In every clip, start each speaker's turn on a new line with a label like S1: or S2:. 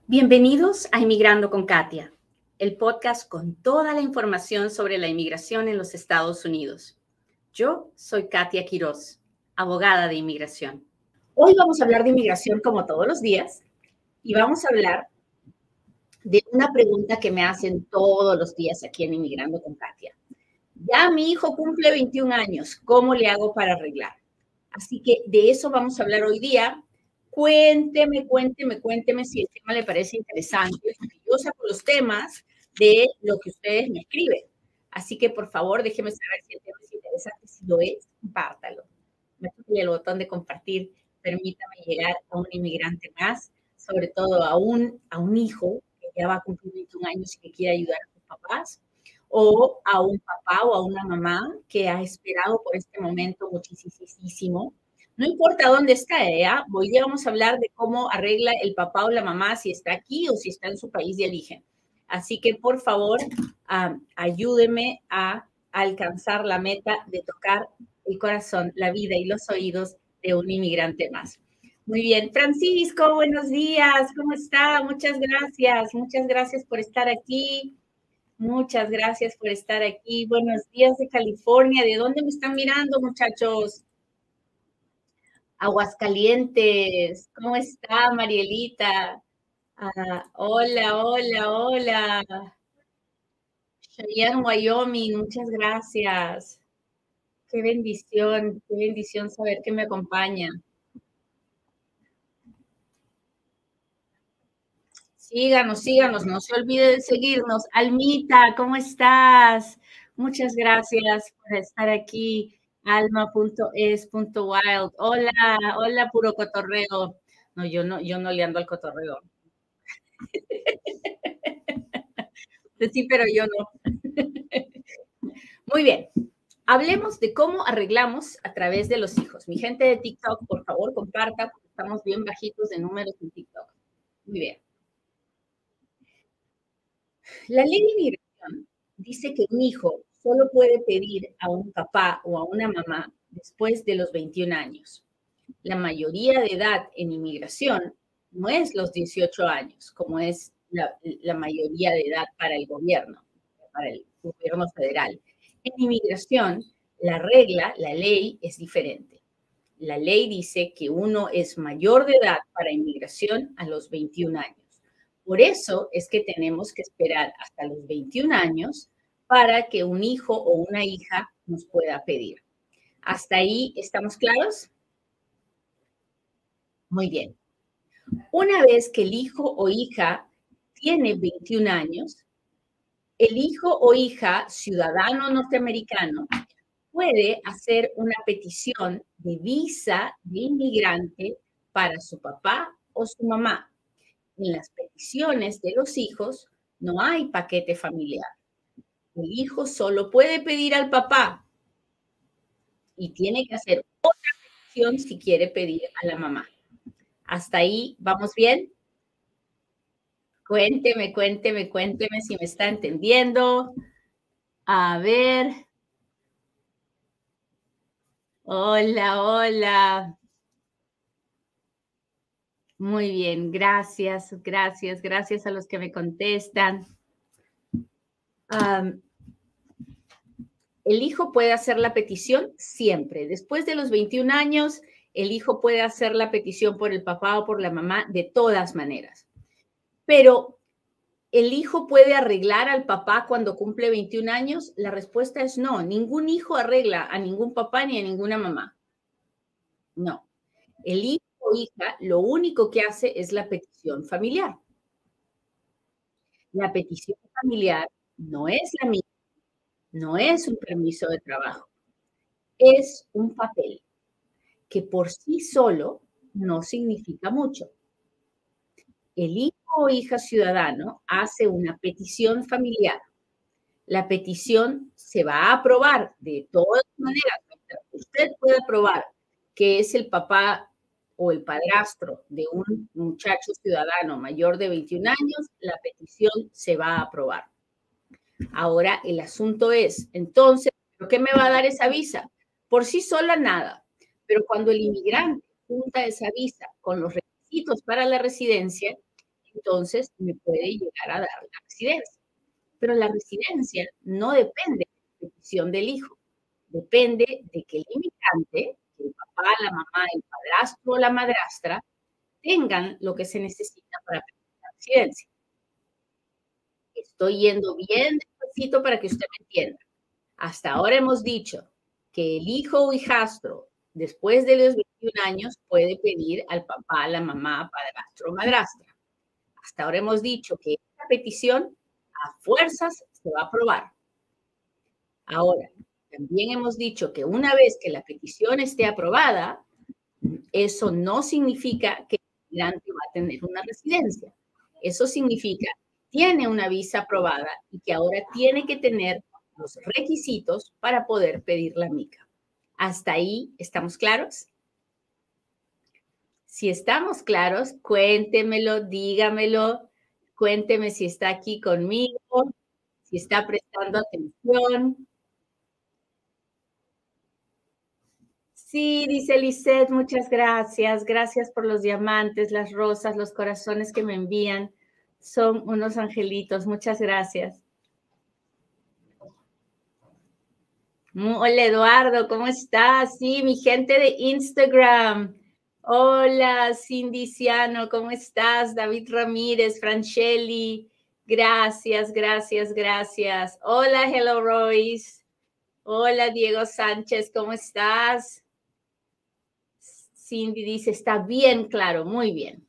S1: Bienvenidos a Inmigrando con Katia, el podcast con toda la información sobre la inmigración en los Estados Unidos. Yo soy Katia Quiroz, abogada de inmigración. Hoy vamos a hablar de inmigración como todos los días y vamos a hablar de una pregunta que me hacen todos los días aquí en Inmigrando con Katia. Ya mi hijo cumple 21 años, ¿cómo le hago para arreglar? Así que de eso vamos a hablar hoy día. Cuénteme si el tema le parece interesante. Yo saco los temas de lo que ustedes me escriben. Así que, por favor, déjeme saber si el tema es interesante. Si lo es, compártalo. Métale el botón de compartir. Permítame llegar a un inmigrante más, sobre todo a un hijo que ya va a cumplir 21 años y que quiere ayudar a sus papás, o a un papá o a una mamá que ha esperado por este momento muchísimo. No importa dónde está ella, hoy día vamos a hablar de cómo arregla el papá o la mamá si está aquí o si está en su país de origen. Así que, por favor, ayúdeme a alcanzar la meta de tocar el corazón, la vida y los oídos de un inmigrante más. Muy bien. Francisco, buenos días. ¿Cómo está? Muchas gracias por estar aquí. Muchas gracias por estar aquí. Buenos días de California. ¿De dónde me están mirando, muchachos? Aguascalientes. ¿Cómo está, Marielita? Hola. Cheyenne, Wyoming. Muchas gracias. Qué bendición saber que me acompaña. Síganos, no se olvide de seguirnos. Almita, ¿cómo estás? Muchas gracias por estar aquí. Alma.es.wild. Hola, puro cotorreo. No, yo no le ando al cotorreo. Sí, pero yo no. Muy bien. Hablemos de cómo arreglamos a través de los hijos. Mi gente de TikTok, por favor, comparta, porque estamos bien bajitos de números en TikTok. Muy bien. La ley de inmigración dice que un hijo solo puede pedir a un papá o a una mamá después de los 21 años. La mayoría de edad en inmigración no es los 18 años, como es la mayoría de edad para el gobierno federal. En inmigración, la regla, la ley es diferente. La ley dice que uno es mayor de edad para inmigración a los 21 años. Por eso es que tenemos que esperar hasta los 21 años para que un hijo o una hija nos pueda pedir. ¿Hasta ahí estamos claros? Muy bien. Una vez que el hijo o hija tiene 21 años, el hijo o hija ciudadano norteamericano puede hacer una petición de visa de inmigrante para su papá o su mamá. En las peticiones de los hijos no hay paquete familiar. El hijo solo puede pedir al papá y tiene que hacer otra petición si quiere pedir a la mamá. ¿Hasta ahí vamos bien? Cuénteme si me está entendiendo. A ver. Hola. Muy bien, gracias a los que me contestan. El hijo puede hacer la petición siempre. Después de los 21 años, el hijo puede hacer la petición por el papá o por la mamá de todas maneras. Pero, ¿el hijo puede arreglar al papá cuando cumple 21 años? La respuesta es no. Ningún hijo arregla a ningún papá ni a ninguna mamá. No. El hijo o hija lo único que hace es la petición familiar. La petición familiar no es la misma, no es un permiso de trabajo, es un papel que por sí solo no significa mucho. El hijo o hija ciudadano hace una petición familiar. La petición se va a aprobar de todas maneras. Usted puede aprobar que es el papá o el padrastro de un muchacho ciudadano mayor de 21 años, la petición se va a aprobar. Ahora, el asunto es, entonces, ¿por qué me va a dar esa visa? Por sí sola nada, pero cuando el inmigrante junta esa visa con los requisitos para la residencia, entonces me puede llegar a dar la residencia. Pero la residencia no depende de la petición del hijo, depende de que el inmigrante, el papá, la mamá, el padrastro o la madrastra, tengan lo que se necesita para pedir la residencia. Estoy yendo bien despacito para que usted me entienda. Hasta ahora hemos dicho que el hijo o hijastro, después de los 21 años, puede pedir al papá, la mamá, padrastro o madrastra. Hasta ahora hemos dicho que esta petición a fuerzas se va a aprobar. Ahora, también hemos dicho que una vez que la petición esté aprobada, eso no significa que el migrante va a tener una residencia. Eso significa que tiene una visa aprobada y que ahora tiene que tener los requisitos para poder pedir la mica. ¿Hasta ahí estamos claros? Si estamos claros, cuéntemelo, dígamelo, cuénteme si está aquí conmigo, si está prestando atención. Sí, dice Lisette, muchas gracias. Gracias por los diamantes, las rosas, los corazones que me envían. Son unos angelitos. Muchas gracias. Hola, Eduardo, ¿cómo estás? Sí, mi gente de Instagram. Hola, Cindy Ciano, ¿cómo estás? David Ramírez, Franchelli. Gracias, gracias, gracias. Hola, Hello Royce. Hola, Diego Sánchez, ¿cómo estás? Cindy dice, está bien claro, muy bien.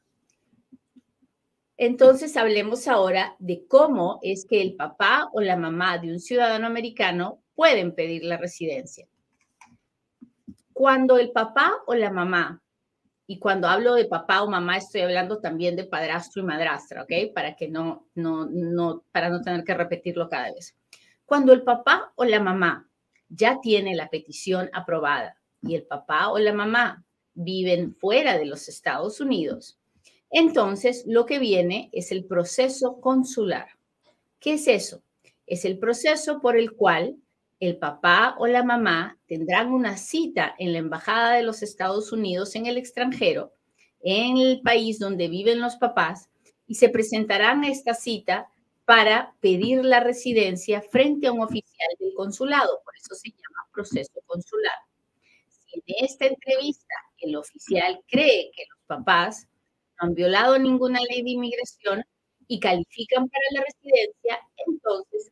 S1: Entonces, hablemos ahora de cómo es que el papá o la mamá de un ciudadano americano pueden pedir la residencia. Cuando el papá o la mamá, y cuando hablo de papá o mamá, estoy hablando también de padrastro y madrastra, ¿ok? Para que para no tener que repetirlo cada vez. Cuando el papá o la mamá ya tiene la petición aprobada y el papá o la mamá viven fuera de los Estados Unidos, entonces lo que viene es el proceso consular. ¿Qué es eso? Es el proceso por el cual el papá o la mamá tendrán una cita en la Embajada de los Estados Unidos en el extranjero, en el país donde viven los papás, y se presentarán a esta cita para pedir la residencia frente a un oficial del consulado. Por eso se llama proceso consular. Si en esta entrevista el oficial cree que los papás no han violado ninguna ley de inmigración y califican para la residencia, entonces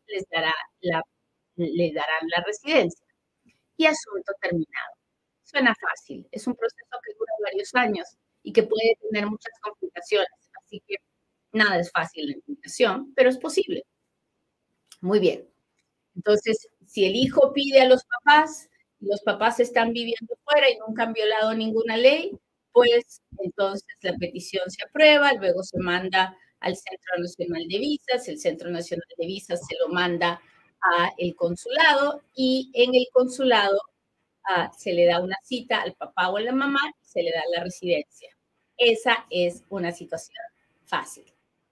S1: le darán la residencia. Y asunto terminado. Suena fácil, es un proceso que dura varios años y que puede tener muchas complicaciones, así que nada es fácil en la inmigración, pero es posible. Muy bien. Entonces, si el hijo pide a los papás están viviendo fuera y nunca han violado ninguna ley, pues entonces la petición se aprueba, luego se manda al Centro Nacional de Visas, el Centro Nacional de Visas se lo manda al consulado y en el consulado se le da una cita al papá o a la mamá y se le da la residencia. Esa es una situación fácil.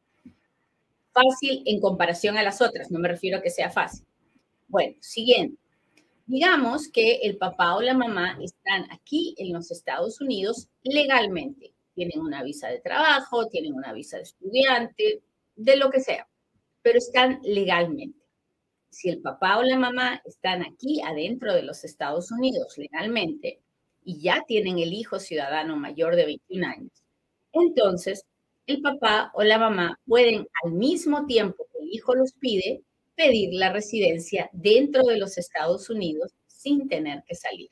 S1: Fácil en comparación a las otras, no me refiero a que sea fácil. Bueno, siguiente. Digamos que el papá o la mamá están aquí en los Estados Unidos legalmente. Tienen una visa de trabajo, tienen una visa de estudiante, de lo que sea, pero están legalmente. Si el papá o la mamá están aquí adentro de los Estados Unidos legalmente y ya tienen el hijo ciudadano mayor de 21 años, entonces el papá o la mamá pueden al mismo tiempo que el hijo los pide, pedir la residencia dentro de los Estados Unidos sin tener que salir.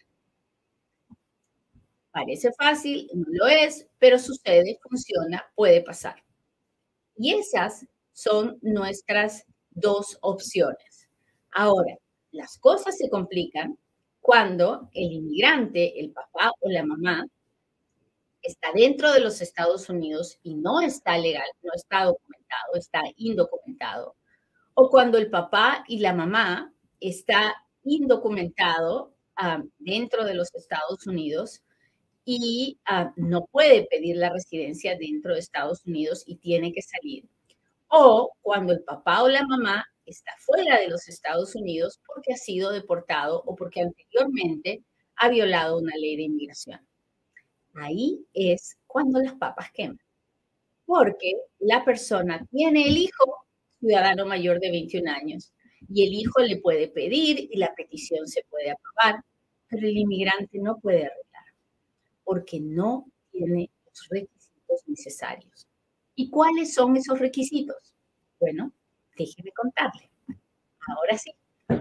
S1: Parece fácil, no lo es, pero sucede, funciona, puede pasar. Y esas son nuestras dos opciones. Ahora, las cosas se complican cuando el inmigrante, el papá o la mamá, está dentro de los Estados Unidos y no está legal, no está documentado, está indocumentado. O cuando el papá y la mamá está indocumentado dentro de los Estados Unidos y no puede pedir la residencia dentro de Estados Unidos y tiene que salir. O cuando el papá o la mamá está fuera de los Estados Unidos porque ha sido deportado o porque anteriormente ha violado una ley de inmigración. Ahí es cuando las papas queman. porque la persona tiene el hijo ciudadano mayor de 21 años y el hijo le puede pedir y la petición se puede aprobar, pero el inmigrante no puede arreglar porque no tiene los requisitos necesarios. ¿Y cuáles son esos requisitos? Bueno, déjeme contarle. Ahora sí.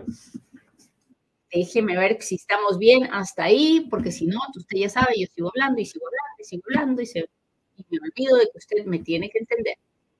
S1: Déjeme ver si estamos bien hasta ahí, porque si no, usted ya sabe, yo sigo hablando y sigo hablando y sigo hablando y me olvido de que usted me tiene que entender.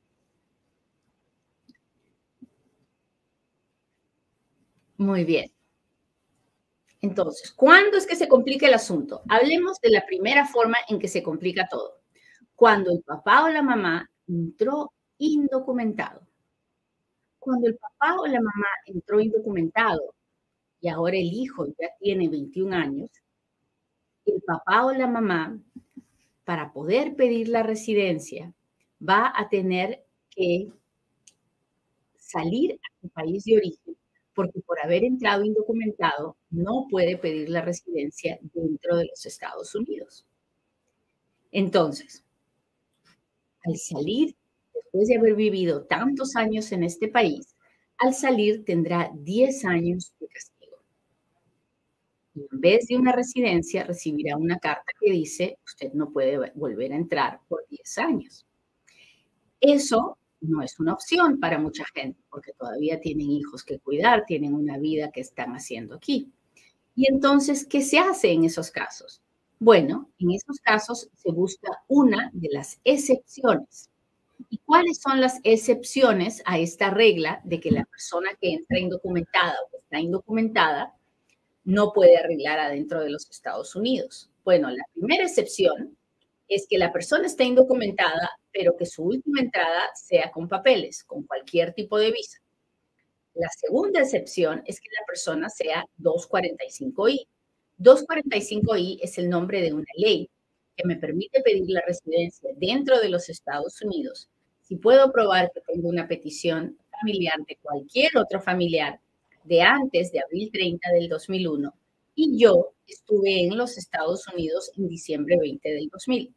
S1: Muy bien. Entonces, ¿cuándo es que se complica el asunto? Hablemos de la primera forma en que se complica todo. Cuando el papá o la mamá entró indocumentado. Cuando el papá o la mamá entró indocumentado y ahora el hijo ya tiene 21 años, el papá o la mamá, para poder pedir la residencia, va a tener que salir a su país de origen, porque por haber entrado indocumentado no puede pedir la residencia dentro de los Estados Unidos. Entonces, al salir, después de haber vivido tantos años en este país, al salir tendrá 10 años de castigo. Y en vez de una residencia, recibirá una carta que dice, usted no puede volver a entrar por 10 años. Eso no es una opción para mucha gente, porque todavía tienen hijos que cuidar, tienen una vida que están haciendo aquí. Y entonces, ¿qué se hace en esos casos? Bueno, en esos casos se busca una de las excepciones. ¿Y cuáles son las excepciones a esta regla de que la persona que entra indocumentada o que está indocumentada no puede arreglar adentro de los Estados Unidos? Bueno, la primera excepción es que la persona esté indocumentada, pero que su última entrada sea con papeles, con cualquier tipo de visa. La segunda excepción es que la persona sea 245I. 245I es el nombre de una ley que me permite pedir la residencia dentro de los Estados Unidos si puedo probar que tengo una petición familiar de cualquier otro familiar de antes de abril 30 del 2001 y yo estuve en los Estados Unidos en diciembre 20 del 2000.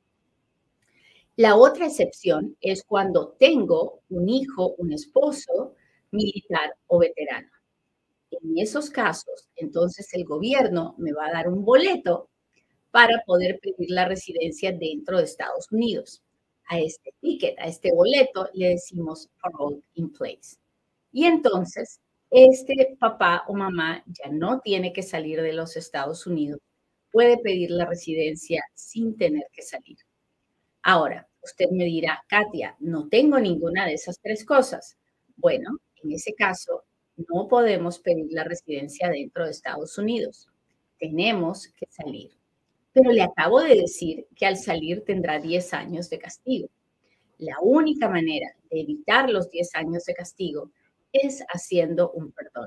S1: La otra excepción es cuando tengo un hijo, un esposo militar o veterano. En esos casos, entonces el gobierno me va a dar un boleto para poder pedir la residencia dentro de Estados Unidos. A este ticket, a este boleto, le decimos parole in place. Y entonces, este papá o mamá ya no tiene que salir de los Estados Unidos, puede pedir la residencia sin tener que salir. Ahora, usted me dirá, Katia, no tengo ninguna de esas tres cosas. Bueno, en ese caso, no podemos pedir la residencia dentro de Estados Unidos. Tenemos que salir. Pero le acabo de decir que al salir tendrá 10 años de castigo. La única manera de evitar los 10 años de castigo es haciendo un perdón.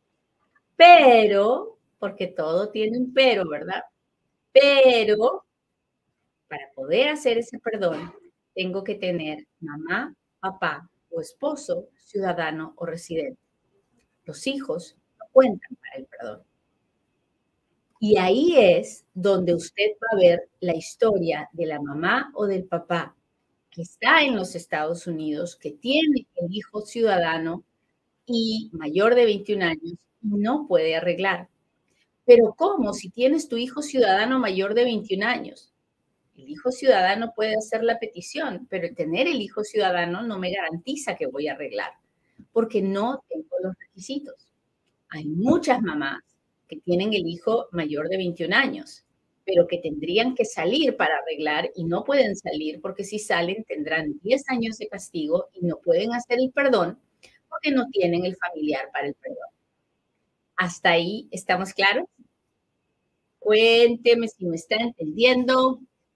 S1: Pero, porque todo tiene un pero, ¿verdad? Pero para poder hacer ese perdón, tengo que tener mamá, papá o esposo, ciudadano o residente. Los hijos no cuentan para el perdón. Y ahí es donde usted va a ver la historia de la mamá o del papá que está en los Estados Unidos, que tiene el hijo ciudadano y mayor de 21 años y no puede arreglar. Pero ¿cómo si tienes tu hijo ciudadano mayor de 21 años? El hijo ciudadano puede hacer la petición, pero tener el hijo ciudadano no me garantiza que voy a arreglar, porque no tengo los requisitos. Hay muchas mamás que tienen el hijo mayor de 21 años, pero que tendrían que salir para arreglar y no pueden salir porque si salen tendrán 10 años de castigo y no pueden hacer el perdón porque no tienen el familiar para el perdón. ¿Hasta ahí estamos claros? Cuénteme si me está entendiendo.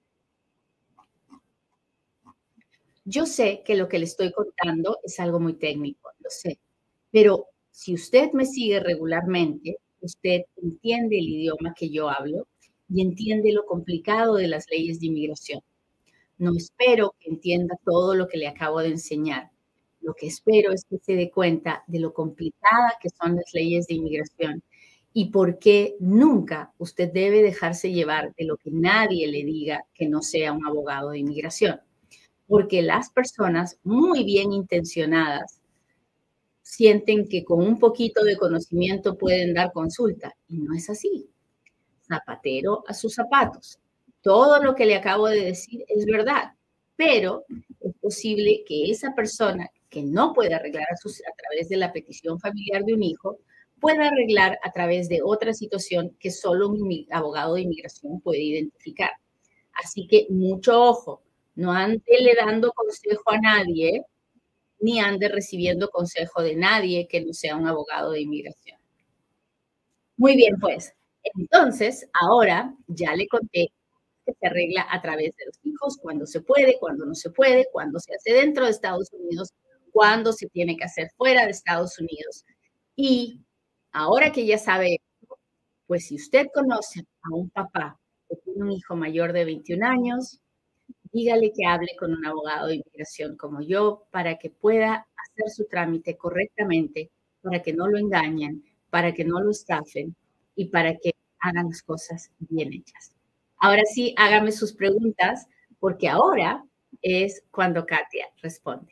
S1: Yo sé que lo que le estoy contando es algo muy técnico, lo sé, pero si usted me sigue regularmente, usted entiende el idioma que yo hablo y entiende lo complicado de las leyes de inmigración. No espero que entienda todo lo que le acabo de enseñar. Lo que espero es que se dé cuenta de lo complicada que son las leyes de inmigración y por qué nunca usted debe dejarse llevar de lo que nadie le diga que no sea un abogado de inmigración. porque las personas muy bien intencionadas sienten que con un poquito de conocimiento pueden dar consulta y no es así. Zapatero a sus zapatos. Todo lo que le acabo de decir es verdad, pero es posible que esa persona que no puede arreglar a través de la petición familiar de un hijo, pueda arreglar a través de otra situación que solo un abogado de inmigración puede identificar. Así que mucho ojo, no ande le dando consejo a nadie, ni ande recibiendo consejo de nadie que no sea un abogado de inmigración. Muy bien, pues. Entonces, ahora ya le conté que se arregla a través de los hijos, cuando se puede, cuando no se puede, cuando se hace dentro de Estados Unidos, cuando se tiene que hacer fuera de Estados Unidos. Y ahora que ya sabe, pues si usted conoce a un papá que tiene un hijo mayor de 21 años, dígale que hable con un abogado de inmigración como yo para que pueda hacer su trámite correctamente, para que no lo engañen, para que no lo estafen y para que hagan las cosas bien hechas. Ahora sí, hágame sus preguntas, porque ahora es cuando Katia responde.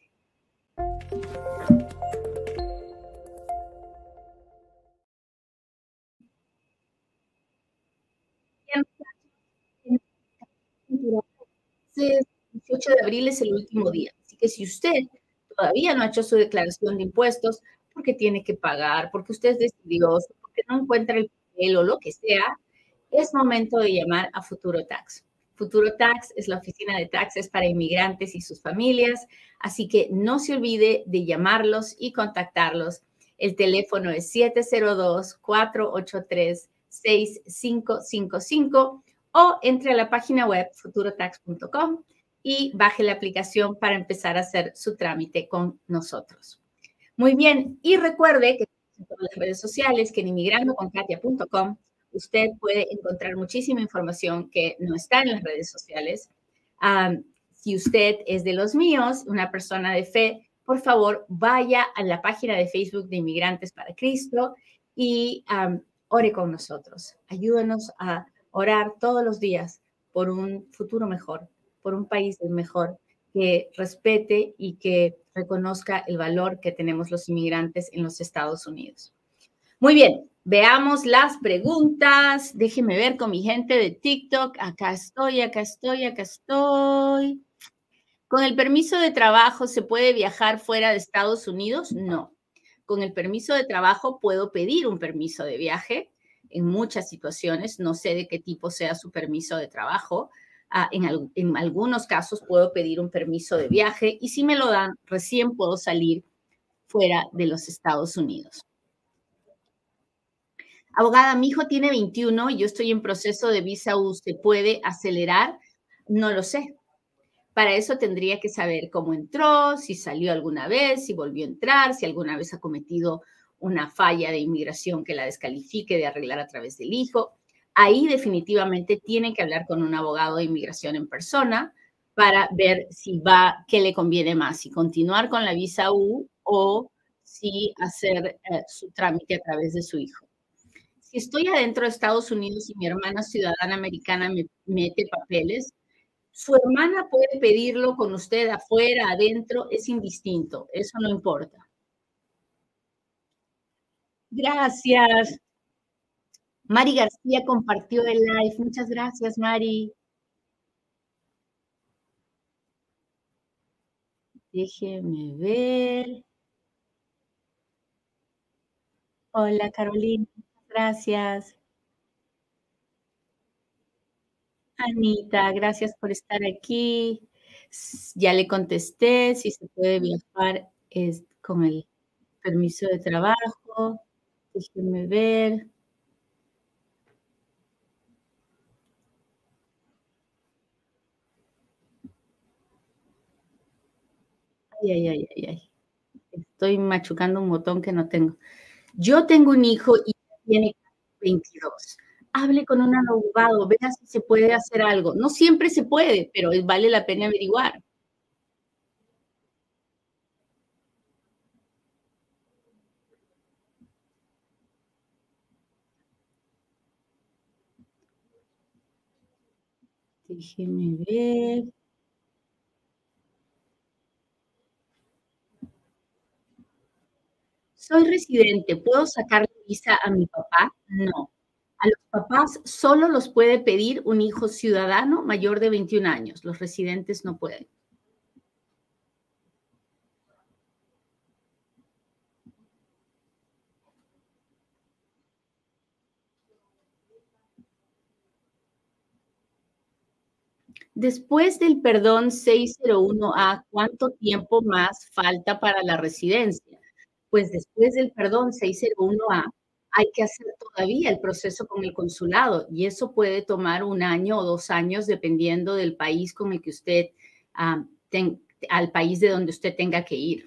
S1: Entonces, 18 de abril es el último día. Así que si usted todavía no ha hecho su declaración de impuestos, porque tiene que pagar, porque usted es decidioso, porque no encuentra el papel o lo que sea, es momento de llamar a Futuro Tax. Futuro Tax es la oficina de taxes para inmigrantes y sus familias, así que no se olvide de llamarlos y contactarlos. El teléfono es 702-483-6555 o entre a la página web futurotax.com y baje la aplicación para empezar a hacer su trámite con nosotros. Muy bien, y recuerde que en todas las redes sociales, que en inmigrandoconkatia.com usted puede encontrar muchísima información que no está en las redes sociales. Si usted es de los míos, una persona de fe, por favor, vaya a la página de Facebook de Inmigrantes para Cristo y ore con nosotros. Ayúdenos a orar todos los días por un futuro mejor, por un país mejor, que respete y que reconozca el valor que tenemos los inmigrantes en los Estados Unidos. Muy bien, veamos las preguntas. Déjenme ver con mi gente de TikTok. Acá estoy, acá estoy, acá estoy. ¿Con el permiso de trabajo se puede viajar fuera de Estados Unidos? No. Con el permiso de trabajo puedo pedir un permiso de viaje en muchas situaciones. No sé de qué tipo sea su permiso de trabajo. En algunos casos puedo pedir un permiso de viaje y si me lo dan, recién puedo salir fuera de los Estados Unidos. Abogada, mi hijo tiene 21 y yo estoy en proceso de visa U. ¿Se puede acelerar? No lo sé. Para eso tendría que saber cómo entró, si salió alguna vez, si volvió a entrar, si alguna vez ha cometido una falla de inmigración que la descalifique de arreglar a través del hijo. Ahí definitivamente tiene que hablar con un abogado de inmigración en persona para ver si va, qué le conviene más, si continuar con la visa U o si hacer su trámite a través de su hijo. Si estoy adentro de Estados Unidos y mi hermana ciudadana americana me mete papeles, su hermana puede pedirlo con usted afuera, adentro, es indistinto, eso no importa. Gracias. Mari García compartió el live. Muchas gracias, Mari. Déjeme ver. Hola, Carolina. Gracias. Anita, gracias por estar aquí. Ya le contesté si se puede viajar con el permiso de trabajo. Déjeme ver. Ay, ay, ay, ay, ay. Estoy machucando un botón que no tengo. Yo tengo un hijo y tiene 22. Hable con un abogado, vea si se puede hacer algo. No siempre se puede, pero vale la pena averiguar. Déjeme ver. Soy residente, ¿puedo sacarle visa a mi papá? No. A los papás solo los puede pedir un hijo ciudadano mayor de 21 años. Los residentes no pueden. Después del perdón 601A, ¿cuánto tiempo más falta para la residencia? Pues después del perdón 601A, hay que hacer todavía el proceso con el consulado y eso puede tomar 1 año o 2 años dependiendo del país con el que usted, ah, al país de donde usted tenga que ir.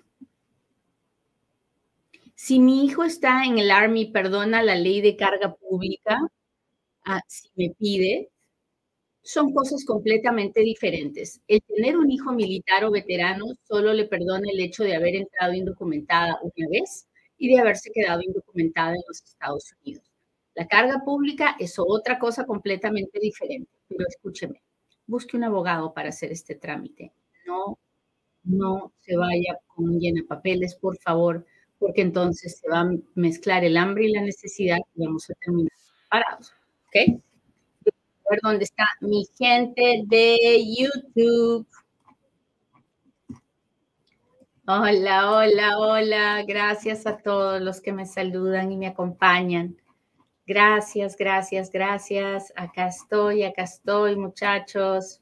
S1: Si mi hijo está en el Army, perdona la ley de carga pública, si me pide, son cosas completamente diferentes. El tener un hijo militar o veterano solo le perdona el hecho de haber entrado indocumentada una vez y de haberse quedado indocumentada en los Estados Unidos. La carga pública es otra cosa completamente diferente, pero escúcheme, busque un abogado para hacer este trámite. No, no se vaya con un llenapapeles, por favor, porque entonces se va a mezclar el hambre y la necesidad y vamos a terminar parados. ¿Ok? A ver dónde está mi gente de YouTube. Hola, hola, hola. Gracias a todos los que me saludan y me acompañan. Gracias, gracias, gracias. Acá estoy, muchachos.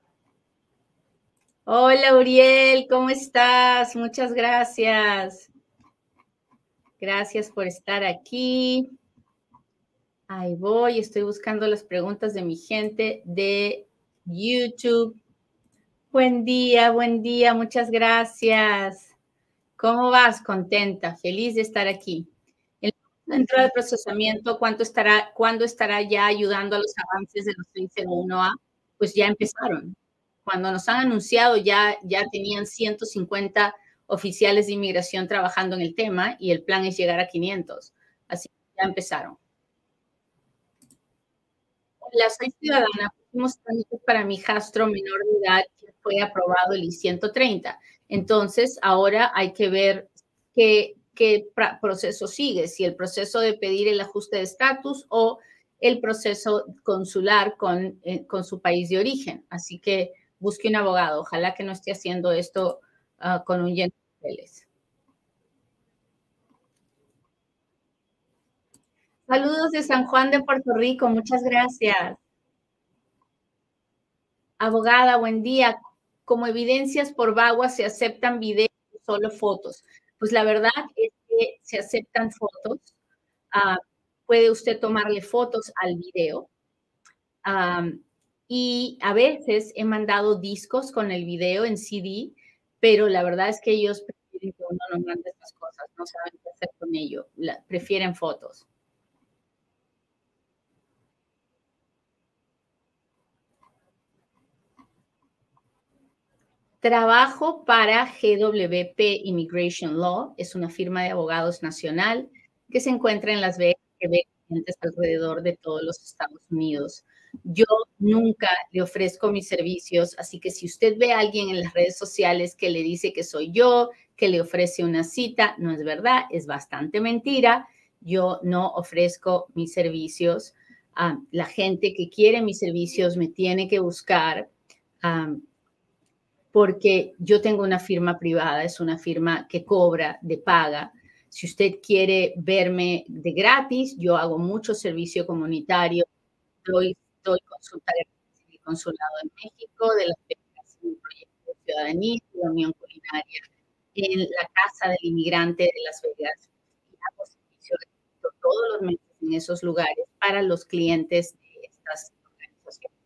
S1: Hola, Uriel, ¿cómo estás? Muchas gracias. Gracias por estar aquí. Ahí voy, estoy buscando las preguntas de mi gente de YouTube. Buen día, muchas gracias. ¿Cómo vas? Contenta, feliz de estar aquí. El centro de procesamiento, ¿cuándo estará ya ayudando a los avances de los 601A? Pues ya empezaron. Cuando nos han anunciado ya tenían 150 oficiales de inmigración trabajando en el tema y el plan es llegar a 500. Así que ya empezaron. Hola, soy ciudadana. Pusimos trámites para mi hijastro menor de edad que fue aprobado el I-130. Entonces, ahora hay que ver qué proceso sigue, si el proceso de pedir el ajuste de estatus o el proceso consular con su país de origen. Así que busque un abogado. Ojalá que no esté haciendo esto con un lleno de papeles. Saludos de San Juan de Puerto Rico. Muchas gracias. Abogada, buen día. Como evidencias por VAWA se aceptan videos, solo fotos. Pues la verdad es que se aceptan fotos. Uh, puede usted tomarle fotos al video. Y a veces he mandado discos con el video en CD, pero la verdad es que ellos prefieren que uno no mande estas cosas, no saben qué hacer con ello, prefieren fotos. Trabajo para GWP Immigration Law, es una firma de abogados nacional que se encuentra en Las Vegas, que ve clientes alrededor de todos los Estados Unidos. Yo nunca le ofrezco mis servicios, así que si usted ve a alguien en las redes sociales que le dice que soy yo, que le ofrece una cita, no es verdad, es bastante mentira. Yo no ofrezco mis servicios. La gente que quiere mis servicios me tiene que buscar. Porque yo tengo una firma privada, es una firma que cobra de paga. Si usted quiere verme de gratis, yo hago mucho servicio comunitario, doy consulta en el Consulado de México, de Las Vegas, en el Proyecto de Ciudadanía, de la Unión Culinaria, en la Casa del Inmigrante de Las Vegas. Y hago servicio todos los meses en esos lugares para los clientes de estas organizaciones.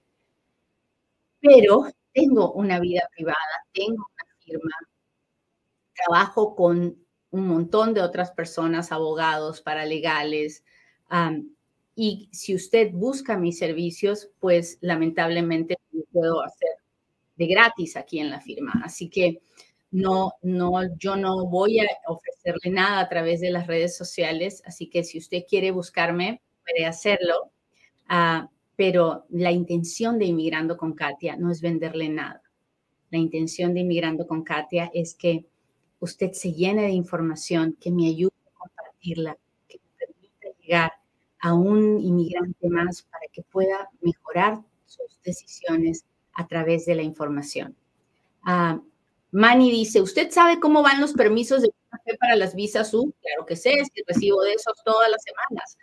S1: Pero tengo una vida privada, tengo una firma, trabajo con un montón de otras personas, abogados, paralegales, y si usted busca mis servicios, pues lamentablemente no puedo hacer de gratis aquí en la firma. Así que yo no voy a ofrecerle nada a través de las redes sociales, así que si usted quiere buscarme, puede hacerlo. Pero la intención de Inmigrando con Katia no es venderle nada. La intención de Inmigrando con Katia es que usted se llene de información que me ayude a compartirla, que me permita llegar a un inmigrante más para que pueda mejorar sus decisiones a través de la información. Manny dice, ¿usted sabe cómo van los permisos de buena fe para las visas U? Claro que sé, es que recibo de esos todas las semanas.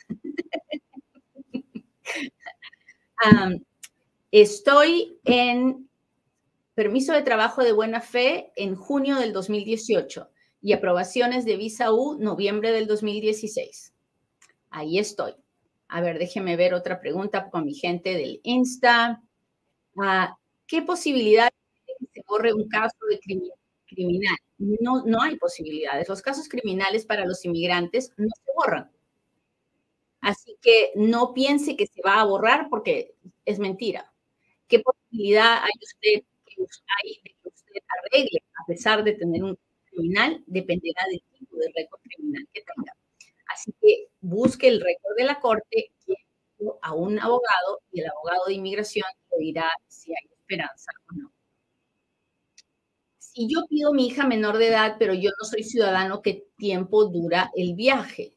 S1: Estoy en permiso de trabajo de buena fe en junio del 2018 y aprobaciones de visa U noviembre del 2016. Ahí estoy. A ver, déjeme ver otra pregunta con mi gente del Insta. ¿Qué posibilidad de que se borre un caso de criminal? No hay posibilidades. Los casos criminales para los inmigrantes no se borran. Así que no piense que se va a borrar porque es mentira. ¿Qué posibilidad hay de que usted arregle a pesar de tener un criminal? Dependerá del tipo de récord criminal que tenga. Así que busque el récord de la corte a un abogado y el abogado de inmigración le dirá si hay esperanza o no. Si yo pido a mi hija menor de edad, pero yo no soy ciudadano, ¿qué tiempo dura el viaje?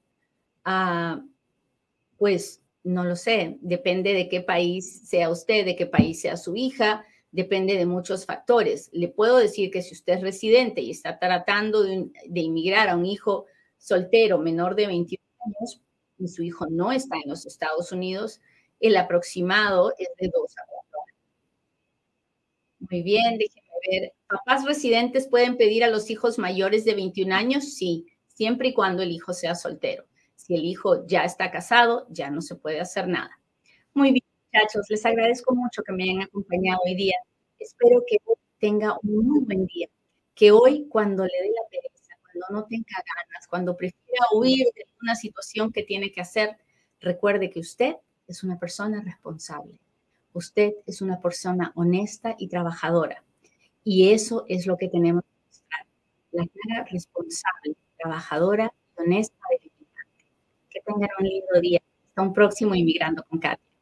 S1: Pues no lo sé, depende de qué país sea usted, de qué país sea su hija, depende de muchos factores. Le puedo decir que si usted es residente y está tratando de inmigrar a un hijo soltero menor de 21 años y su hijo no está en los Estados Unidos, el aproximado es de 2 a 4 años. Muy bien, déjenme ver. ¿Papás residentes pueden pedir a los hijos mayores de 21 años? Sí, siempre y cuando el hijo sea soltero. Si el hijo ya está casado, ya no se puede hacer nada. Muy bien, muchachos, les agradezco mucho que me hayan acompañado hoy día. Espero que hoy tenga un muy buen día. Que hoy, cuando le dé la pereza, cuando no tenga ganas, cuando prefiera huir de una situación que tiene que hacer, recuerde que usted es una persona responsable. Usted es una persona honesta y trabajadora. Y eso es lo que tenemos que mostrar. La cara responsable, trabajadora y honesta del inmigrante. Que tengan un lindo día. Hasta un próximo Inmigrando con Katia.